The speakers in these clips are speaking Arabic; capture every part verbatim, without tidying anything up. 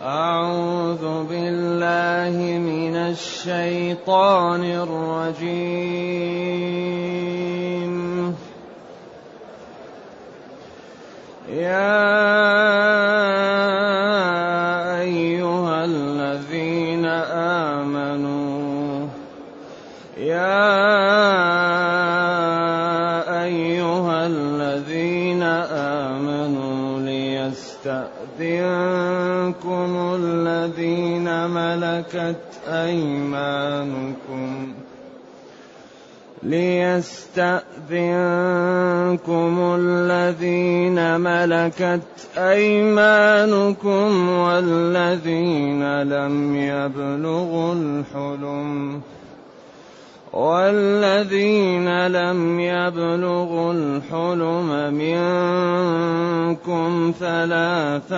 أعوذ بالله من الشيطان الرجيم. يا أيها الذين آمنوا يا أيها الذين آمنوا ليستأذنكم الذين ملكت أيمانكم ليستأذنكم الذين ملكت أيمانكم والذين لم يبلغوا الحلم والذين لم يبلغوا الحلم منكم ثلاث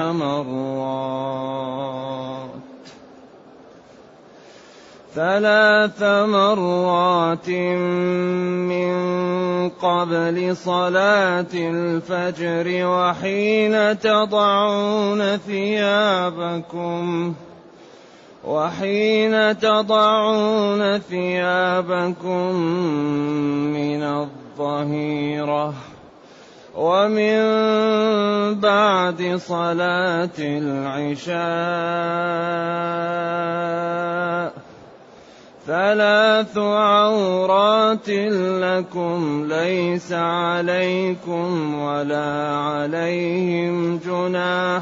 مرات ثلاث مرات من قبل صلاة الفجر وحين تضعون ثيابكم وحين تضعون ثيابكم من الظهيرة ومن بعد صلاة العشاء ثلاث عورات لكم ليس عليكم ولا عليهم جناح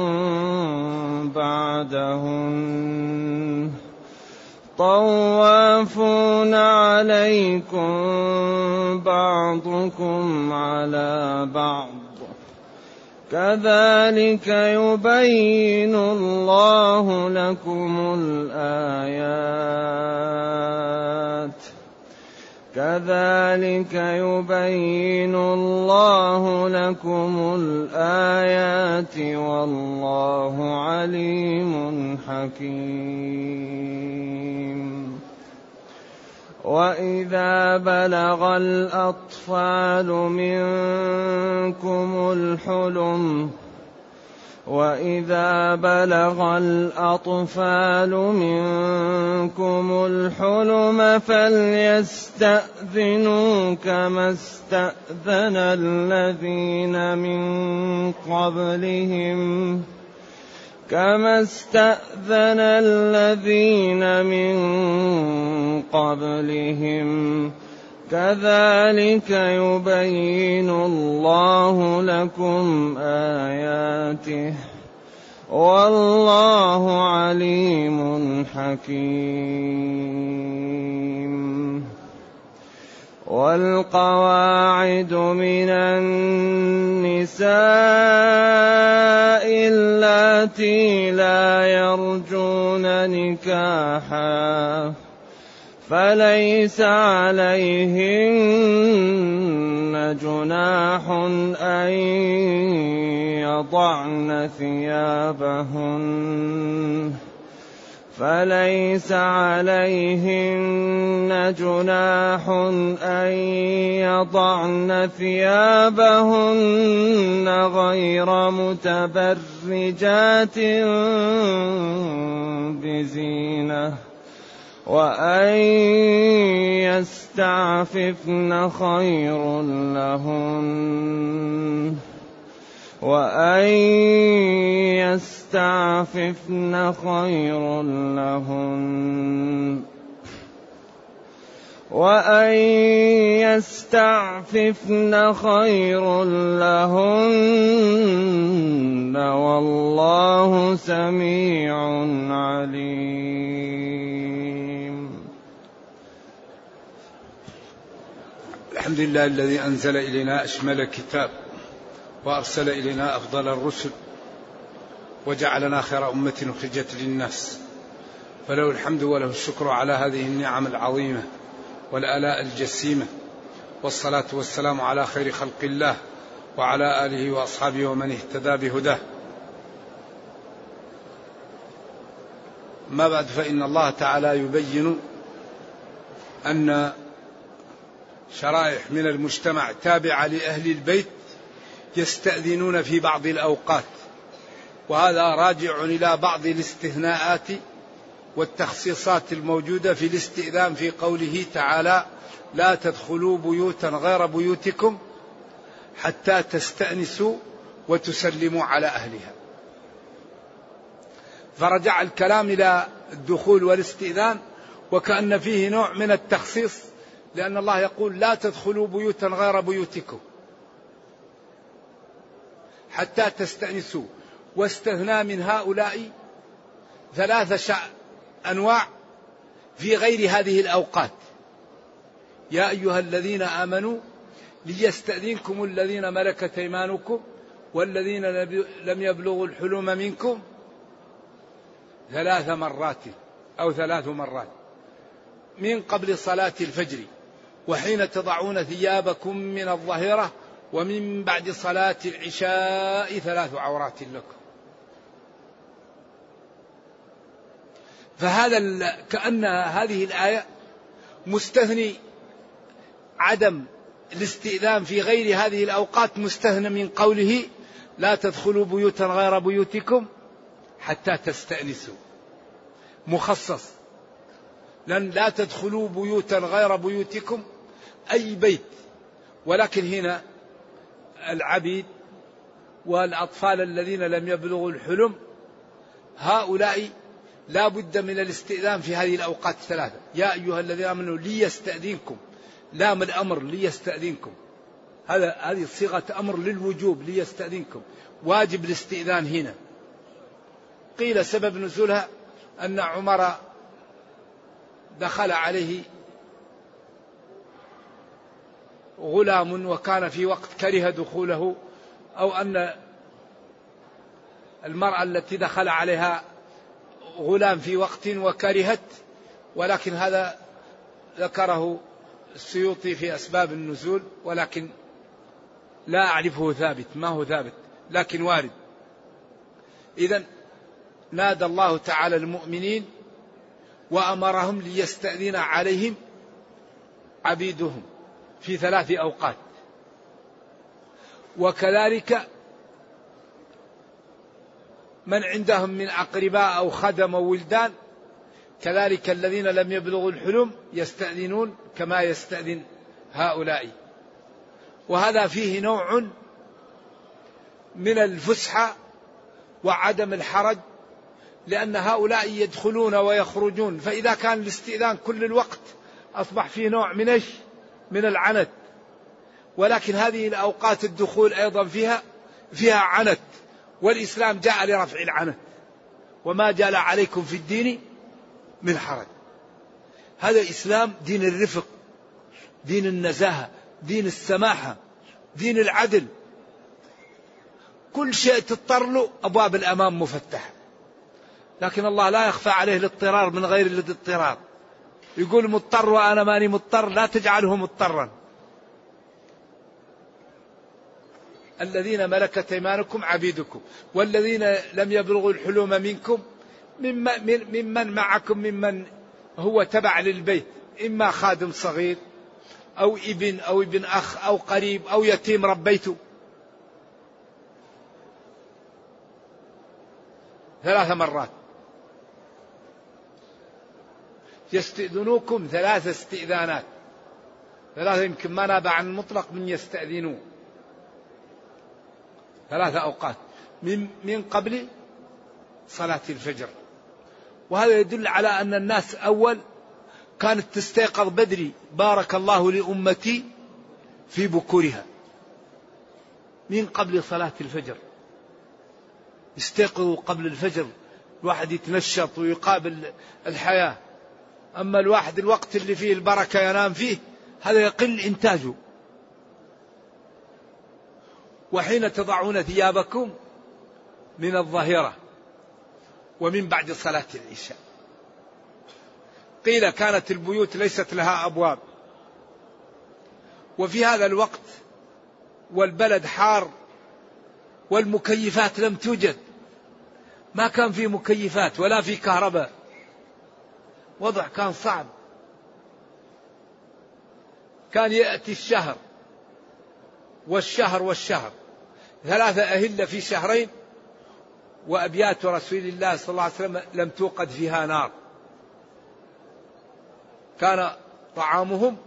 بعدهن طوافون عليكم بعضكم على بعض كذلك يبين الله لكم الآيات كذلك يبين الله لكم الآيات والله عليم حكيم. وإذا بلغ الأطفال منكم الحلم وإذا بلغ الأطفال منكم الحلم فليستأذنوا كما استأذن الذين من قبلهم كما استأذن الذين من قبلهم كذلك يبين الله لكم آياته والله عليم حكيم. والقواعد من النساء اللاتي لا يرجون نكاحا فليس عليهن جناح أن يضعن ثيابهن فليس عليهن جناح أن يضعن ثيابهن غير متبرجات بزينة وأن يستعففن خير لهن وأن يستعففن خير لهن وأن يستعففن خير لهن والله سميع عليم. الحمد لله الذي أنزل إلينا أشمل الكتاب وأرسل إلينا أفضل الرسل وجعلنا خير أمة أخرجت للناس فله الحمد وله الشكر على هذه النعم العظيمة والآلاء الجسيمة والصلاة والسلام على خير خلق الله وعلى آله وأصحابه ومن اهتدى بهداه. ما بعد فإن الله تعالى يبين أن شرائح من المجتمع تابعة لأهل البيت يستأذنون في بعض الأوقات وهذا راجع إلى بعض الاستثناءات والتخصيصات الموجودة في الاستئذان في قوله تعالى لا تدخلوا بيوتا غير بيوتكم حتى تستأنسوا وتسلموا على أهلها. فرجع الكلام إلى الدخول والاستئذان وكأن فيه نوع من التخصيص، لأن الله يقول لا تدخلوا بيوتا غير بيوتكم حتى تستأنسوا، واستثنى من هؤلاء ثلاثة أنواع في غير هذه الأوقات. يا أيها الذين آمنوا ليستأذنكم الذين ملكت أيمانكم والذين لم يبلغوا الحلم منكم ثلاث مرات أو ثلاث مرات من قبل صلاة الفجر وحين تضعون ثيابكم من الظهيرة ومن بعد صلاة العشاء ثلاث عورات لكم. فهذا كأن هذه الآية مستثني عدم الاستئذان في غير هذه الأوقات مستثنى من قوله لا تدخلوا بيوتا غير بيوتكم حتى تستأنسوا، مخصص، لأن لا تدخلوا بيوتا غير بيوتكم أي بيت، ولكن هنا العبيد والأطفال الذين لم يبلغوا الحلم هؤلاء لا بد من الاستئذان في هذه الأوقات الثلاثة. يا أيها الذين آمنوا ليستأذنكم، لام الأمر ليستأذنكم، هذا هذه صيغة أمر للوجوب، ليستأذنكم واجب الاستئذان هنا. قيل سبب نزولها أن عمر دخل عليه غلام وكان في وقت كره دخوله، أو أن المرأة التي دخل عليها غلام في وقت وكرهت، ولكن هذا ذكره السيوطي في أسباب النزول، ولكن لا أعرفه ثابت، ما هو ثابت لكن وارد. إذن نادى الله تعالى المؤمنين وأمرهم ليستأذن عليهم عبيدهم في ثلاث أوقات، وكذلك من عندهم من أقرباء أو خدم أو ولدان كذلك الذين لم يبلغوا الحلم يستأذنون كما يستأذن هؤلاء. وهذا فيه نوع من الفسحة وعدم الحرج، لأن هؤلاء يدخلون ويخرجون، فإذا كان الاستئذان كل الوقت أصبح فيه نوع من إيش؟ من العنت. ولكن هذه الأوقات الدخول أيضا فيها فيها عنت، والإسلام جاء لرفع العنت، وما جعل عليكم في الدين من حرج. هذا الإسلام دين الرفق، دين النزاهة، دين السماحة، دين العدل، كل شيء تضطر له أبواب الأمام مفتحة. لكن الله لا يخفى عليه الاضطرار من غير الاضطرار، يقول مضطر وأنا ماني مضطر، لا تجعله مضطرا. الذين ملكت أيمانكم عبيدكم والذين لم يبلغوا الحلم منكم ممن معكم ممن هو تبع للبيت، إما خادم صغير أو ابن أو ابن أخ أو قريب أو يتيم ربيته. ثلاث مرات يستئذنوكم، ثلاث استئذانات، ثلاثة يمكن ما نابع عن المطلق من يستأذنون، ثلاثة أوقات من من قبل صلاة الفجر. وهذا يدل على أن الناس أول كانت تستيقظ بدري، بارك الله لأمتي في بكورها، من قبل صلاة الفجر يستيقظوا قبل الفجر، الواحد يتنشط ويقابل الحياة. أما الواحد الوقت اللي فيه البركة ينام فيه، هذا يقل إنتاجه. وحين تضعون ثيابكم من الظهيرة ومن بعد صلاة العشاء. قيل كانت البيوت ليست لها أبواب، وفي هذا الوقت والبلد حار والمكيفات لم توجد، ما كان في مكيفات ولا في كهرباء، وضع كان صعب. كان يأتي الشهر والشهر والشهر، ثلاثة أهلة في شهرين، وأبيات رسول الله صلى الله عليه وسلم لم توقد فيها نار. كان طعامهم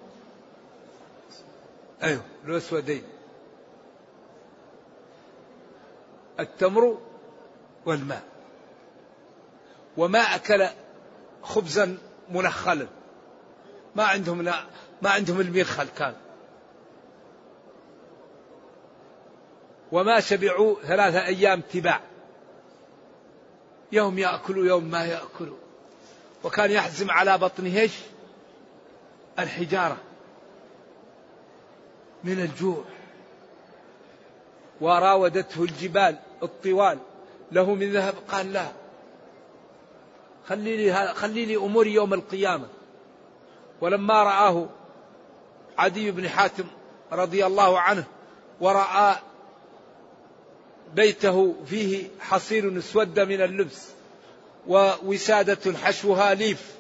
أيوه الأسودين التمر والماء، وما أكل خبزا منخلا، ما عندهم ما عندهم المنخل كان، وما شبعوا ثلاثة أيام تباع، يوم يأكلوا يوم ما يأكلوا، وكان يحزم على بطنه ايش؟ الحجارة من الجوع. وراودته الجبال الطوال له من ذهب، قال لا، خلي لي خلي لي أموري يوم القيامة. ولما رآه عدي بن حاتم رضي الله عنه ورأى بيته فيه حصير اسود من اللبس ووسادة حشوها ليف،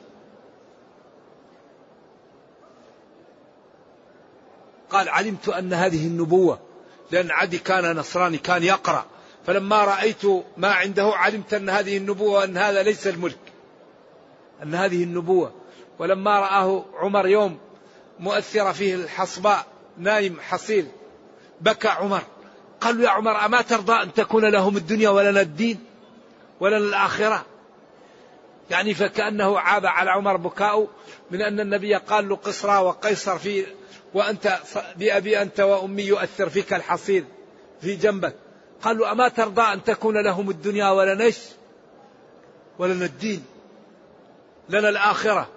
قال علمت أن هذه النبوة، لأن عدي كان نصراني كان يقرأ، فلما رأيت ما عنده علمت أن هذه النبوة وأن هذا ليس الملك، أن هذه النبوة. ولما رآه عمر يوم مؤثر فيه الحصباء نايم حصيل بكى عمر، قالوا يا عمر أما ترضى أن تكون لهم الدنيا ولنا الدين ولنا الآخرة؟ يعني فكأنه عاب على عمر بكاؤه من أن النبي قال له قصرى وقيصر في وأنت بأبي أنت وأمي يؤثر فيك الحصير في جنبك. قالوا أما ترضى أن تكون لهم الدنيا ولنا ايش؟ ولنا الدين لنا الآخرة.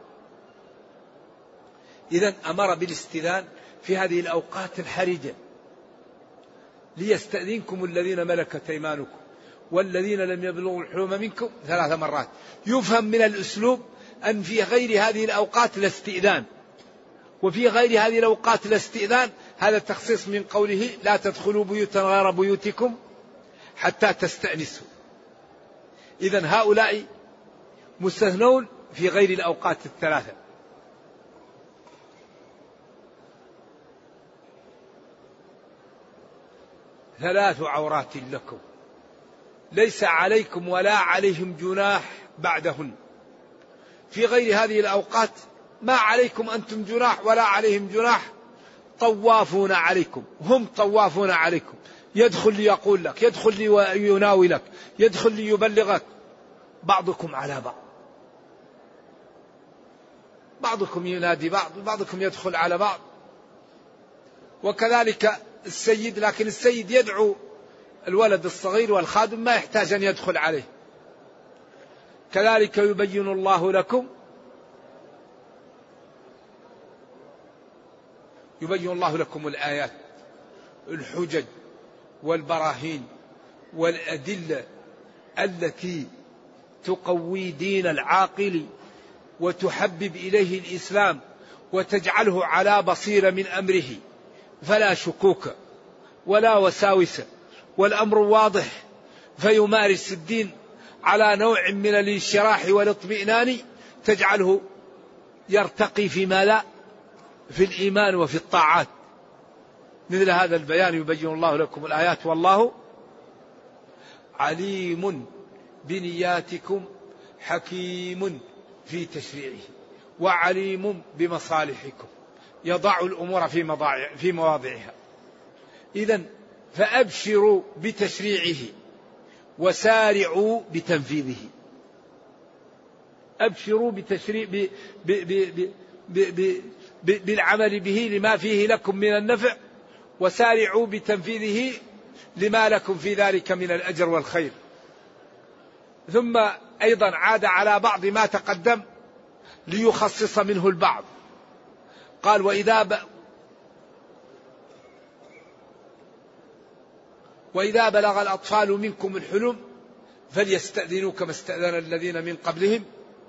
إذن أمر بالاستئذان في هذه الأوقات الحرجة، ليستأذنكم الذين ملكت أيمانكم والذين لم يبلغوا الحلم منكم ثلاث مرات. يفهم من الأسلوب أن في غير هذه الأوقات الاستئذان، وفي غير هذه الأوقات الاستئذان، هذا تخصيص من قوله لا تدخلوا بيوتا غير بيوتكم حتى تستأنسوا. إذن هؤلاء مستثنون في غير الأوقات الثلاثة. ثلاث عورات لكم ليس عليكم ولا عليهم جناح بعدهن. في غير هذه الأوقات ما عليكم أنتم جناح ولا عليهم جناح، طوافون عليكم، هم طوافون عليكم، يدخل ليقول لك، يدخل ليناولك، يدخل ليبلغك، بعضكم على بعض، بعضكم ينادي بعض، بعضكم يدخل على بعض. وكذلك السيد، لكن السيد يدعو الولد الصغير والخادم ما يحتاج أن يدخل عليه. كذلك يبين الله لكم يبين الله لكم الآيات الحجج والبراهين والأدلة التي تقوي دين العاقل وتحبب إليه الإسلام وتجعله على بصيرة من أمره، فلا شكوك ولا وساوس، والأمر واضح، فيمارس الدين على نوع من الانشراح والاطمئنان تجعله يرتقي فيما لا في الإيمان وفي الطاعات. مثل هذا البيان يبين الله لكم الآيات والله عليم بنياتكم حكيم في تشريعه وعليم بمصالحكم، يضع الأمور في مضاعف في مواضعها. إذن فأبشروا بتشريعه وسارعوا بتنفيذه. أبشروا بتشريع ب ب ب ب ب ب بالعمل به لما فيه لكم من النفع، وسارعوا بتنفيذه لما لكم في ذلك من الأجر والخير. ثم أيضا عاد على بعض ما تقدم ليخصص منه البعض. قال وإذا ب... وإذا بلغ الأطفال منكم الحلم فليستأذنوا كما استأذن الذين من قبلهم.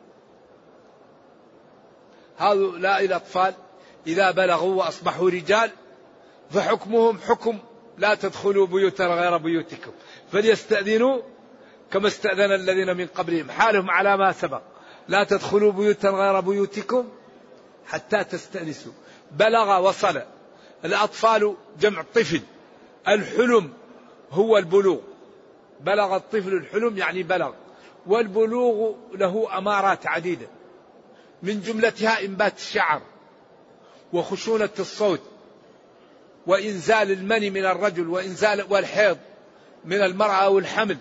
هؤلاء الأطفال إذا بلغوا وأصبحوا رجال فحكمهم حكم لا تدخلوا بيوتا غير بيوتكم فليستأذنوا كما استأذن الذين من قبلهم، حالهم على ما سبق، لا تدخلوا بيوتا غير بيوتكم حتى تستأنسوا. بلغ وصل. الأطفال جمع طفل، الحلم هو البلوغ، بلغ الطفل الحلم يعني بلغ. والبلوغ له أمارات عديدة، من جملتها إنبات الشعر وخشونة الصوت وإنزال المني من الرجل وإنزال والحيض من المرأة أو الحمل،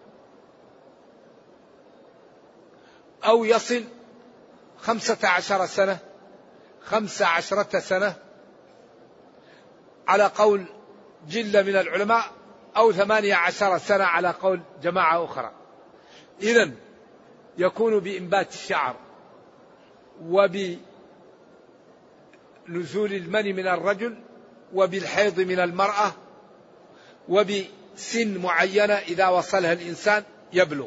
أو يصل خمسة عشر سنة خمسة عشرة سنة على قول جلة من العلماء، أو ثمانية عشر سنة على قول جماعة أخرى. إذن يكون بإنبات الشعر وبنزول المني من الرجل وبالحيض من المرأة وبسن معينة إذا وصلها الإنسان يبلغ.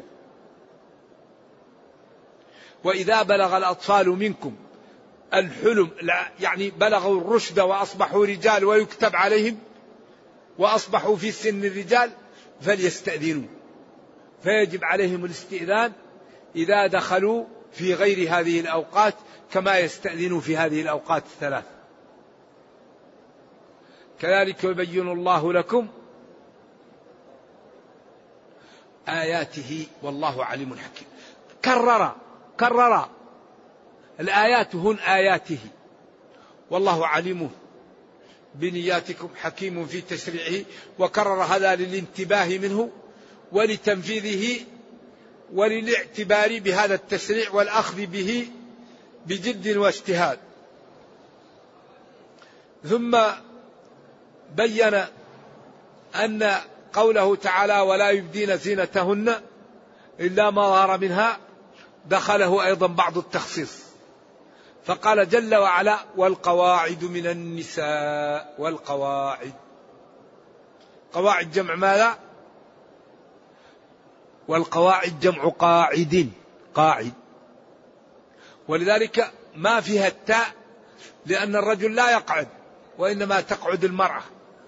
وإذا بلغ الأطفال منكم الحلم يعني بلغوا الرشد وأصبحوا رجال ويكتب عليهم وأصبحوا في سن الرجال فليستأذنوا، فيجب عليهم الاستئذان إذا دخلوا في غير هذه الأوقات كما يستأذنوا في هذه الأوقات الثلاث. كذلك يبين الله لكم آياته والله عليم حكيم. كرر كرر الآيات هن آياته، والله عليم بنياتكم حكيم في تشريعه. وكرر هذا للانتباه منه ولتنفيذه وللاعتبار بهذا التشريع والأخذ به بجد واجتهاد. ثم بين أن قوله تعالى ولا يبدين زينتهن إلا ما ظهر منها دخله أيضا بعض التخصيص، فقال جل وعلا والقواعد من النساء. والقواعد، قواعد جمع ماذا؟ والقواعد جمع قاعد، قاعد. ولذلك ما فيها التاء لأن الرجل لا يقعد وإنما تقعد المرأة.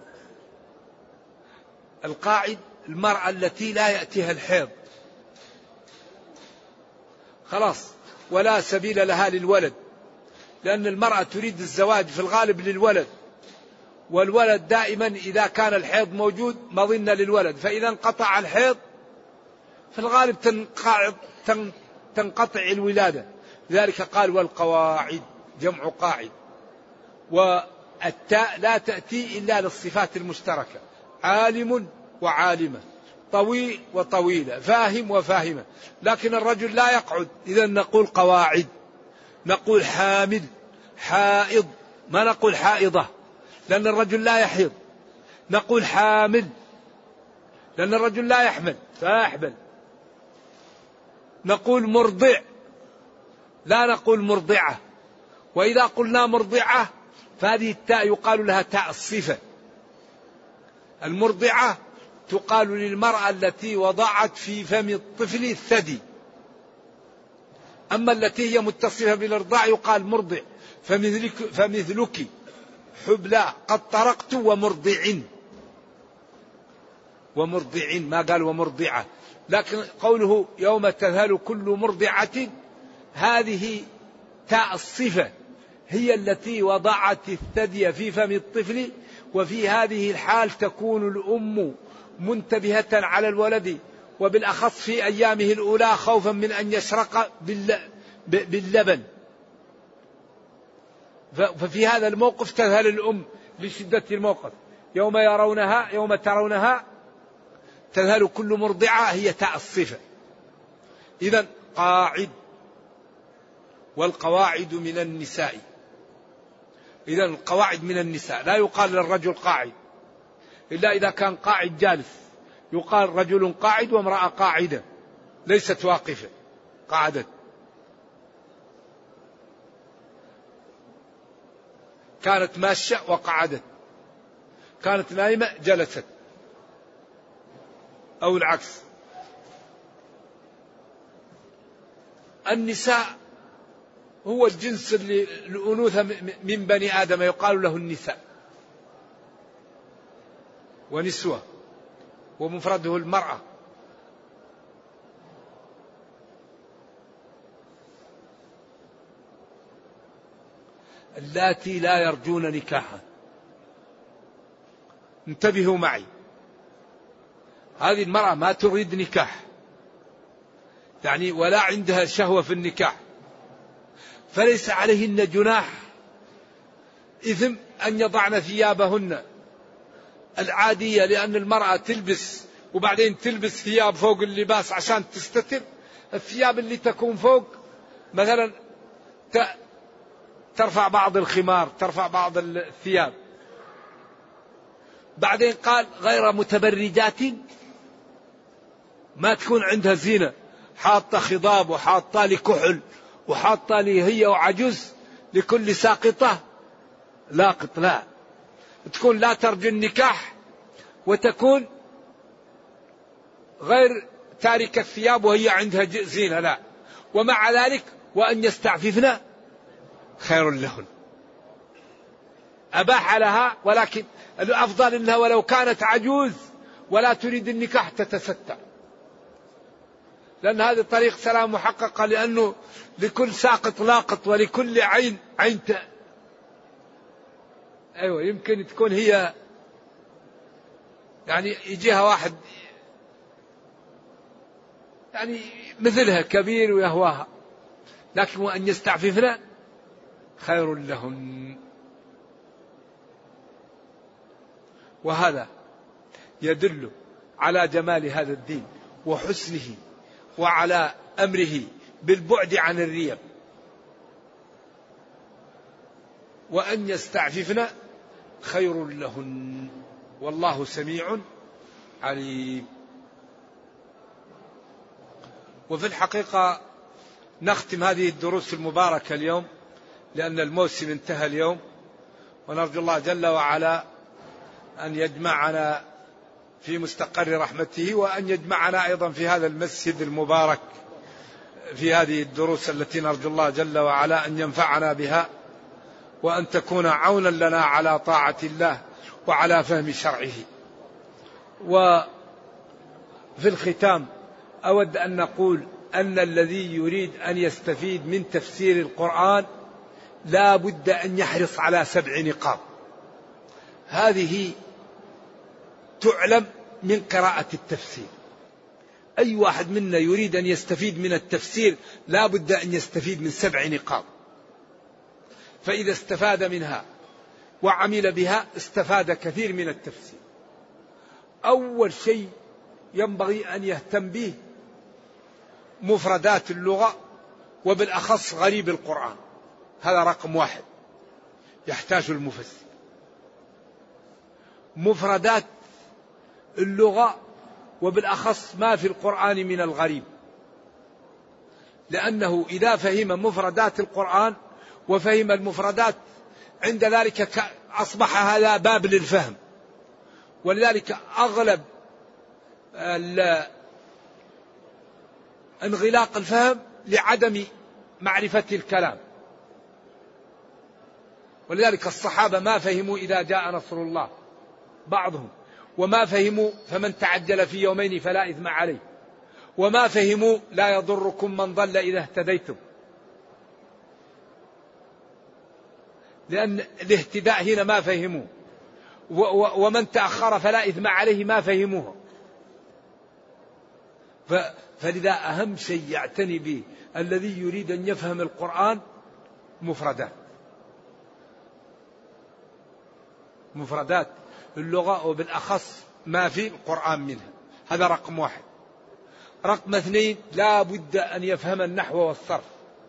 القاعد المرأة التي لا يأتيها الحيض خلاص ولا سبيل لها للولد، لأن المرأة تريد الزواج في الغالب للولد، والولد دائما إذا كان الحيض موجود مظنة للولد، فإذا انقطع الحيض في الغالب تنقطع الولادة. لذلك قال والقواعد جمع قاعد. والتاء لا تأتي إلا للصفات المشتركة، عالم وعالمة، طويل وطويلة، فاهم وفاهمة. لكن الرجل لا يقعد، إذا نقول قواعد. نقول حامل، حائض، ما نقول حائضة لأن الرجل لا يحيض. نقول حامل لأن الرجل لا يحمل فلا يحمل. نقول مرضع لا نقول مرضعة. وإذا قلنا مرضعة فهذه التاء يقال لها تاء الصفة. المرضعة تقال للمرأة التي وضعت في فم الطفل الثدي، أما التي هي متصفة بالإرضاع يقال مرضع. فمثلك, فمثلك حبلى قد طرقت ومرضع، ومرضع ما قال ومرضعة. لكن قوله يوم تذهل كل مرضعة هذه تاء الصفة هي التي وضعت الثدي في فم الطفل، وفي هذه الحال تكون الأم منتبهة على الولد، وبالأخص في أيامه الأولى خوفا من أن يشرق باللبن. ففي هذا الموقف تذهل الأم لشدة الموقف. يوم يرونها يوم ترونها تذهل كل مرضعة هي تاء الصفة. إذن قاعد. والقواعد من النساء، إذن القواعد من النساء لا يقال للرجل قاعد إلا إذا كان قاعد جالس، يقال رجل قاعد وامرأة قاعدة ليست واقفة قعدت. كانت ماشية وقعدت، كانت نائمة جلست، أو العكس. النساء هو الجنس اللي الأنوثة من بني آدم يقال له النساء، ونسوة ومفرده المرأة. اللاتي لا يرجون نكاحا، انتبهوا معي. هذه المرأة ما تريد نكاح يعني ولا عندها شهوة في النكاح، فليس عليهن جناح إثم أن يضعن ثيابهن العادية، لأن المرأة تلبس وبعدين تلبس ثياب فوق اللباس عشان تستتر. الثياب اللي تكون فوق مثلا ترفع بعض الخمار، ترفع بعض الثياب. بعدين قال غير متبرجات، ما تكون عندها زينة، حاطة خضاب وحاطة لي كحل وحاطة لي هي وعجوز لكل ساقطة لاقط، لا، تكون لا ترجو النكاح وتكون غير تاركة الثياب وهي عندها زينة، لا. ومع ذلك وأن يستعففن خير لهن، أباح لها، ولكن الأفضل أنها ولو كانت عجوز ولا تريد النكاح تتستر، لأن هذه طريق سلام محققة، لأنه لكل ساقط لاقط ولكل عين عين ت... أيوة يمكن تكون هي يعني يجيها واحد يعني مثلها كبير ويهواها، لكن وأن يستعففن خير لهم. وهذا يدل على جمال هذا الدين وحسنه وعلى أمره بالبعد عن الريب. وأن يستعففن خير لهن والله سميع عليم. وفي الحقيقة نختم هذه الدروس المباركة اليوم لأن الموسم انتهى اليوم، ونرجو الله جل وعلا أن يجمعنا في مستقر رحمته، وأن يجمعنا أيضا في هذا المسجد المبارك في هذه الدروس التي نرجو الله جل وعلا أن ينفعنا بها، وأن تكون عونا لنا على طاعة الله وعلى فهم شرعه. وفي الختام أود أن نقول أن الذي يريد أن يستفيد من تفسير القرآن لا بد أن يحرص على سبع نقاط. هذه تعلم من قراءة التفسير. أي واحد منا يريد أن يستفيد من التفسير لا بد أن يستفيد من سبع نقاط، فإذا استفاد منها وعمل بها استفاد كثير من التفسير. أول شيء ينبغي أن يهتم به مفردات اللغة، وبالأخص غريب القرآن، هذا رقم واحد يحتاج المفسر. مفردات اللغة وبالأخص ما في القرآن من الغريب، لأنه إذا فهم مفردات القرآن وفهم المفردات عند ذلك أصبح هذا باب للفهم. ولذلك أغلب انغلاق الفهم لعدم معرفة الكلام. ولذلك الصحابة ما فهموا إذا جاء نصر الله بعضهم، وما فهموا فمن تعجل في يومين فلا إثم عليه، وما فهموا لا يضركم من ضل إذا اهتديتم، لأن الاهتداء هنا ما فهموه، ومن تأخر فلا إثم عليه ما فهموه. فلذا أهم شيء يعتني به الذي يريد أن يفهم القرآن مفردات مفردات اللغة، وبالأخص ما في القرآن منها. هذا رقم واحد. رقم اثنين لا بد أن يفهم النحو والصرف،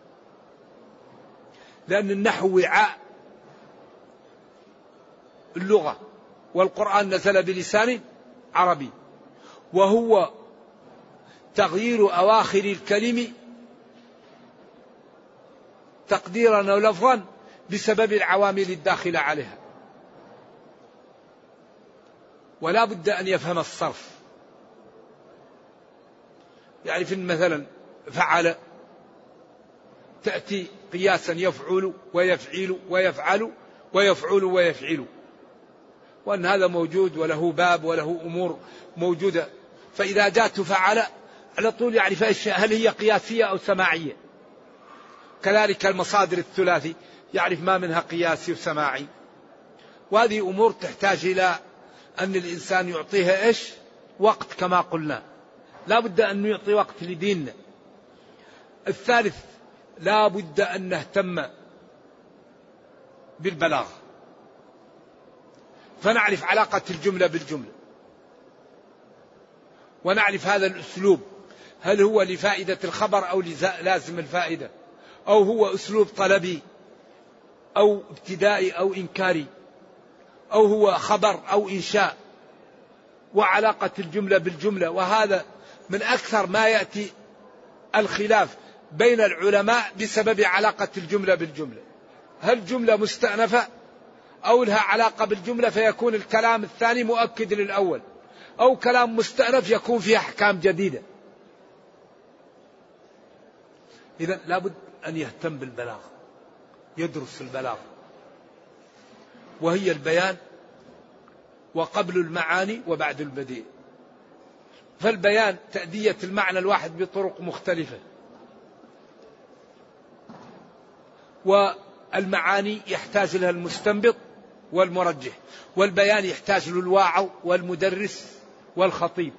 لأن النحو وعاء اللغة، والقرآن نزل بلسان عربي، وهو تغيير أواخر الكلم تقديرا أو لفظا بسبب العوامل الداخلة عليها. ولا بد أن يفهم الصرف. يعني في مثلا فعل تأتي قياسا يفعل ويفعل ويفعل ويفعل ويفعل، وأن هذا موجود وله باب وله أمور موجودة. فإذا جاءت فعل على طول يعرف هل هي قياسية أو سماعية. كذلك المصادر الثلاثي يعرف ما منها قياسي وسماعي. وهذه أمور تحتاج إلى أن الإنسان يعطيها إيش وقت كما قلنا، لا بد أن نعطي وقت لديننا. الثالث لا بد أن نهتم بالبلاغة، فنعرف علاقة الجملة بالجملة، ونعرف هذا الأسلوب هل هو لفائدة الخبر أو لازم الفائدة، أو هو أسلوب طلبي أو ابتدائي أو إنكاري، أو هو خبر أو إنشاء، وعلاقة الجملة بالجملة. وهذا من أكثر ما يأتي الخلاف بين العلماء بسبب علاقة الجملة بالجملة، هل جملة مستأنفة أو لها علاقة بالجملة فيكون الكلام الثاني مؤكد للأول، أو كلام مستأنف يكون فيه أحكام جديدة. إذن لابد أن يهتم بالبلاغة، يدرس البلاغة، وهي البيان وقبل المعاني وبعد البديع. فالبيان تأدية المعنى الواحد بطرق مختلفة، والمعاني يحتاج لها المستنبط والمرجح، والبيان يحتاج له الواعظ والمدرس والخطيب.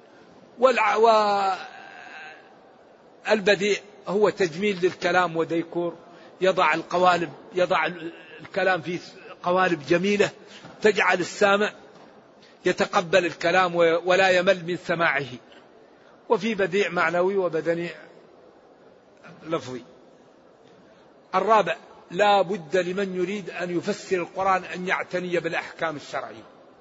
والبديع هو تجميل للكلام وديكور، يضع القوالب، يضع الكلام في قوالب جميلة تجعل السامع يتقبل الكلام ولا يمل من سماعه. وفي بديع معنوي وبدني لفظي. الرابع لا بد لمن يريد أن يفسر القرآن أن يعتني بالأحكام الشرعية.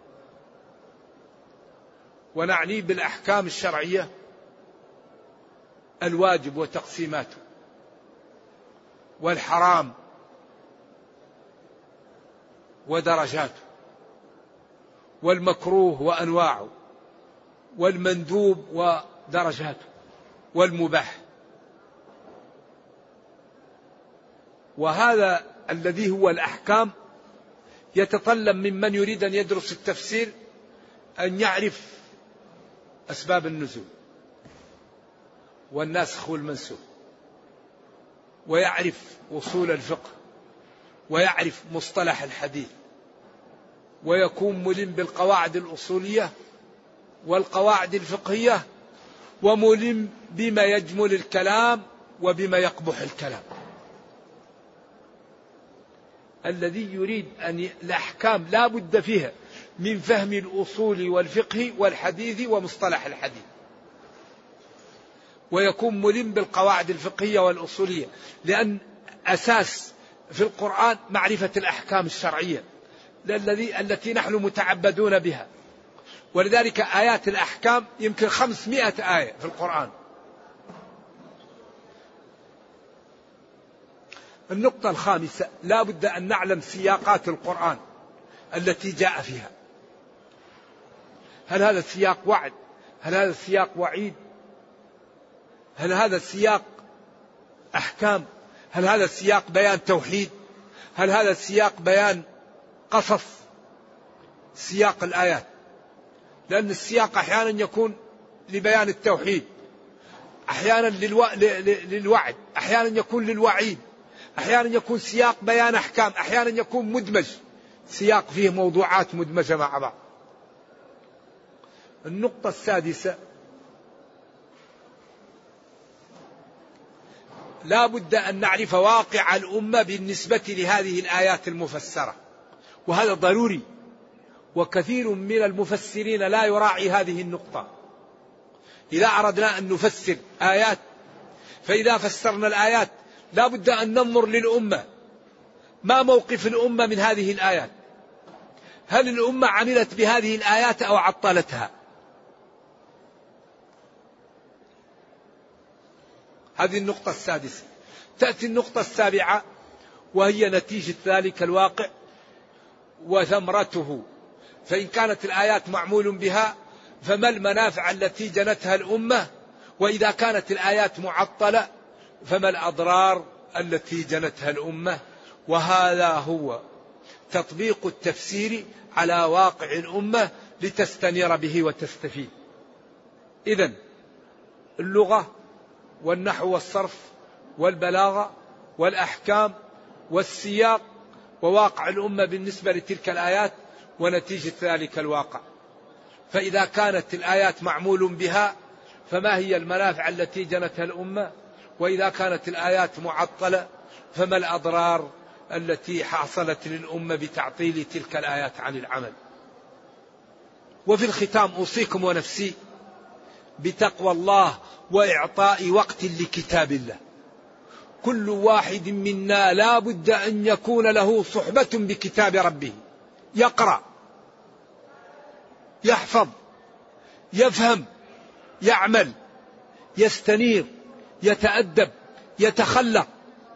ونعني بالأحكام الشرعية الواجب وتقسيماته، والحرام ودرجاته، والمكروه وأنواعه، والمندوب ودرجاته، والمباح. وهذا الذي هو الأحكام يتطلب ممن يريد أن يدرس التفسير أن يعرف أسباب النزول والناسخ والمنسوخ، ويعرف أصول الفقه، ويعرف مصطلح الحديث، ويكون ملم بالقواعد الأصولية والقواعد الفقهية، وملم بما يجمل الكلام وبما يقبح الكلام. الذي يريد أن الأحكام لا بد فيها من فهم الأصول والفقه والحديث ومصطلح الحديث، ويكون ملم بالقواعد الفقهية والأصولية، لأن أساس في القرآن معرفة الأحكام الشرعية الذي التي نحن متعبدون بها. ولذلك آيات الأحكام يمكن خمسمائة آية في القرآن. النقطة الخامسة لا بد أن نعلم سياقات القرآن التي جاء فيها. هل هذا السياق وعد؟ هل هذا السياق وعيد؟ هل هذا السياق أحكام؟ هل هذا السياق بيان توحيد؟ هل هذا السياق بيان قصص؟ سياق الآيات، لأن السياق أحيانا يكون لبيان التوحيد، أحيانا للو... للوعد، أحيانا يكون للوعيد، أحيانا يكون سياق بيان أحكام، أحيانا يكون مدمج، سياق فيه موضوعات مدمجة مع بعض. النقطة السادسة لا بد أن نعرف واقع الأمة بالنسبة لهذه الآيات المفسرة، وهذا ضروري، وكثير من المفسرين لا يراعي هذه النقطة. إذا أردنا أن نفسر آيات، فإذا فسرنا الآيات لا بد أن ننظر للأمة، ما موقف الأمة من هذه الآيات؟ هل الأمة عملت بهذه الآيات أو عطلتها؟ هذه النقطة السادسة. تأتي النقطة السابعة وهي نتيجة ذلك الواقع وثمرته. فإن كانت الآيات معمول بها فما المنافع التي جنتها الأمة؟ وإذا كانت الآيات معطلة فما الأضرار التي جنتها الأمة؟ وهذا هو تطبيق التفسير على واقع الأمة لتستنير به وتستفيد. إذن اللغة والنحو والصرف والبلاغة والأحكام والسياق وواقع الأمة بالنسبة لتلك الآيات ونتيجة ذلك الواقع. فإذا كانت الآيات معمول بها فما هي المنافع التي جنتها الأمة؟ وإذا كانت الآيات معطلة فما الأضرار التي حصلت للأمة بتعطيل تلك الآيات عن العمل؟ وفي الختام أوصيكم ونفسي بتقوى الله وإعطاء وقت لكتاب الله. كل واحد منا لا بد أن يكون له صحبة بكتاب ربه، يقرأ، يحفظ، يفهم، يعمل، يستنير، يتأدب، يتخلق.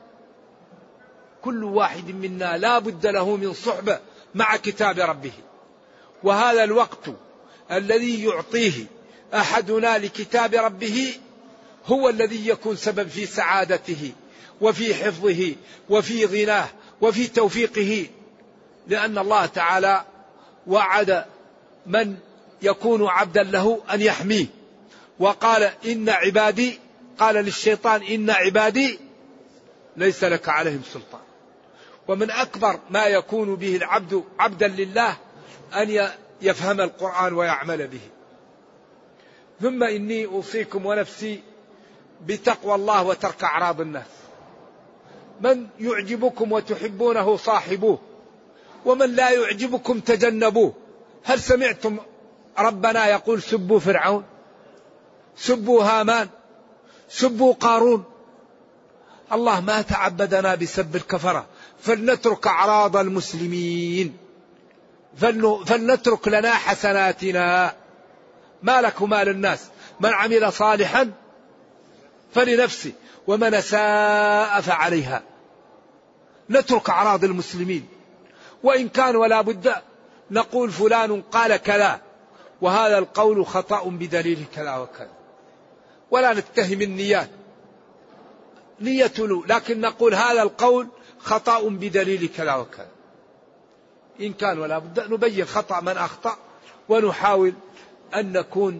كل واحد منا لا بد له من صحبة مع كتاب ربه. وهذا الوقت الذي يعطيه أحدنا لكتاب ربه هو الذي يكون سبب في سعادته وفي حفظه وفي غناه وفي توفيقه، لأن الله تعالى وعد من يكون عبدا له أن يحميه، وقال إن عبادي، قال للشيطان إن عبادي ليس لك عليهم سلطان. ومن أكبر ما يكون به العبد عبدا لله أن يفهم القرآن ويعمل به. ثم إني أوصيكم ونفسي بتقوى الله وترك أعراض الناس. من يعجبكم وتحبونه صاحبوه، ومن لا يعجبكم تجنبوه. هل سمعتم ربنا يقول سبوا فرعون، سبوا هامان، سبوا قارون؟ الله ما تعبدنا بسب الكفرة. فلنترك أعراض المسلمين، فلنترك لنا حسناتنا. ما لك وما للناس، من عمل صالحا فلنفسه ومن أساء فعليها. نترك أعراض المسلمين، وإن كان ولا بد نقول فلان قال كذا وهذا القول خطأ بدليل كذا وكذا، ولا نتهم النيات، نية له، لكن نقول هذا القول خطأ بدليل كذا وكذا. إن كان ولا بد نبين خطأ من أخطأ، ونحاول أن نكون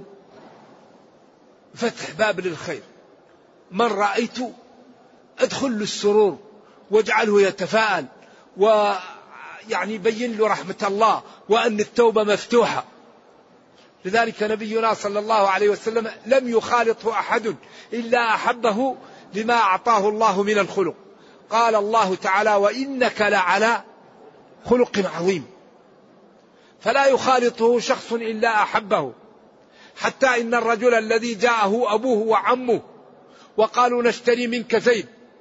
فتح باب للخير. من رأيت أدخل له السرور واجعله يتفاءل، ويعني بين له رحمة الله وأن التوبة مفتوحة. لذلك نبينا صلى الله عليه وسلم لم يخالطه أحد إلا أحبه لما أعطاه الله من الخلق. قال الله تعالى وإنك لعلى خلق عظيم. فلا يخالطه شخص إلا أحبه، حتى إن الرجل الذي جاءه أبوه وعمه وقالوا نشتري منك زيد،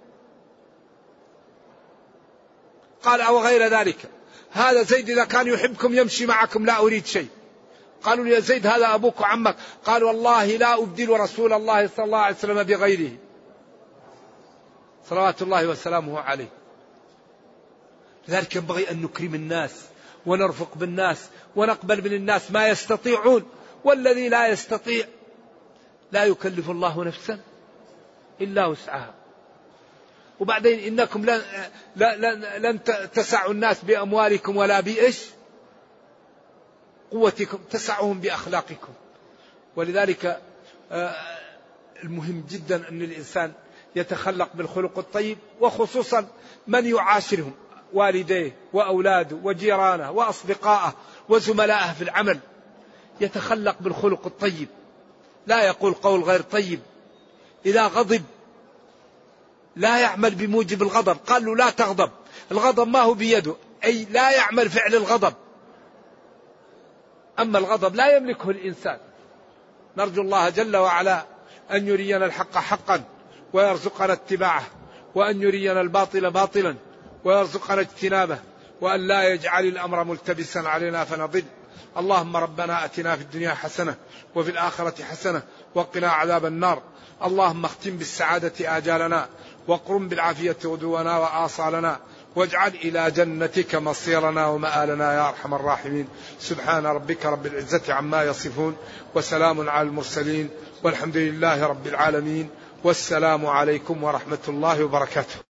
قال أو غير ذلك، هذا زيد إذا كان يحبكم يمشي معكم لا أريد شيء. قالوا يا زيد هذا أبوك وعمك، قال والله لا أبدل رسول الله صلى الله عليه وسلم بغيره صلوات الله وسلامه عليه. لذلك ينبغي أن نكرم الناس ونرفق بالناس ونقبل من الناس ما يستطيعون، والذي لا يستطيع لا يكلف الله نفسا إلا وسعها. وبعدين إنكم لن, لن, لن تسعوا الناس بأموالكم ولا بإيش قوتكم، تسعهم بأخلاقكم. ولذلك المهم جدا أن الإنسان يتخلق بالخلق الطيب، وخصوصا من يعاشرهم، والديه وأولاده وجيرانه وأصدقائه وزملائه في العمل، يتخلق بالخلق الطيب، لا يقول قول غير طيب. إذا غضب لا يعمل بموجب الغضب، قال له لا تغضب، الغضب ما هو بيده، أي لا يعمل فعل الغضب. أما الغضب لا يملكه الإنسان. نرجو الله جل وعلا أن يرينا الحق حقا ويرزقنا اتباعه، وأن يرينا الباطل باطلا ويرزقنا اجتنابه، وأن لا يجعل الأمر ملتبسا علينا فنضل. اللهم ربنا أتنا في الدنيا حسنة وفي الآخرة حسنة وقنا عذاب النار. اللهم اختم بالسعادة آجالنا، واقرم بالعافية غدونا وآصالنا، واجعل إلى جنتك مصيرنا ومآلنا يا أرحم الراحمين. سبحان ربك رب العزة عما يصفون، وسلام على المرسلين، والحمد لله رب العالمين، والسلام عليكم ورحمة الله وبركاته.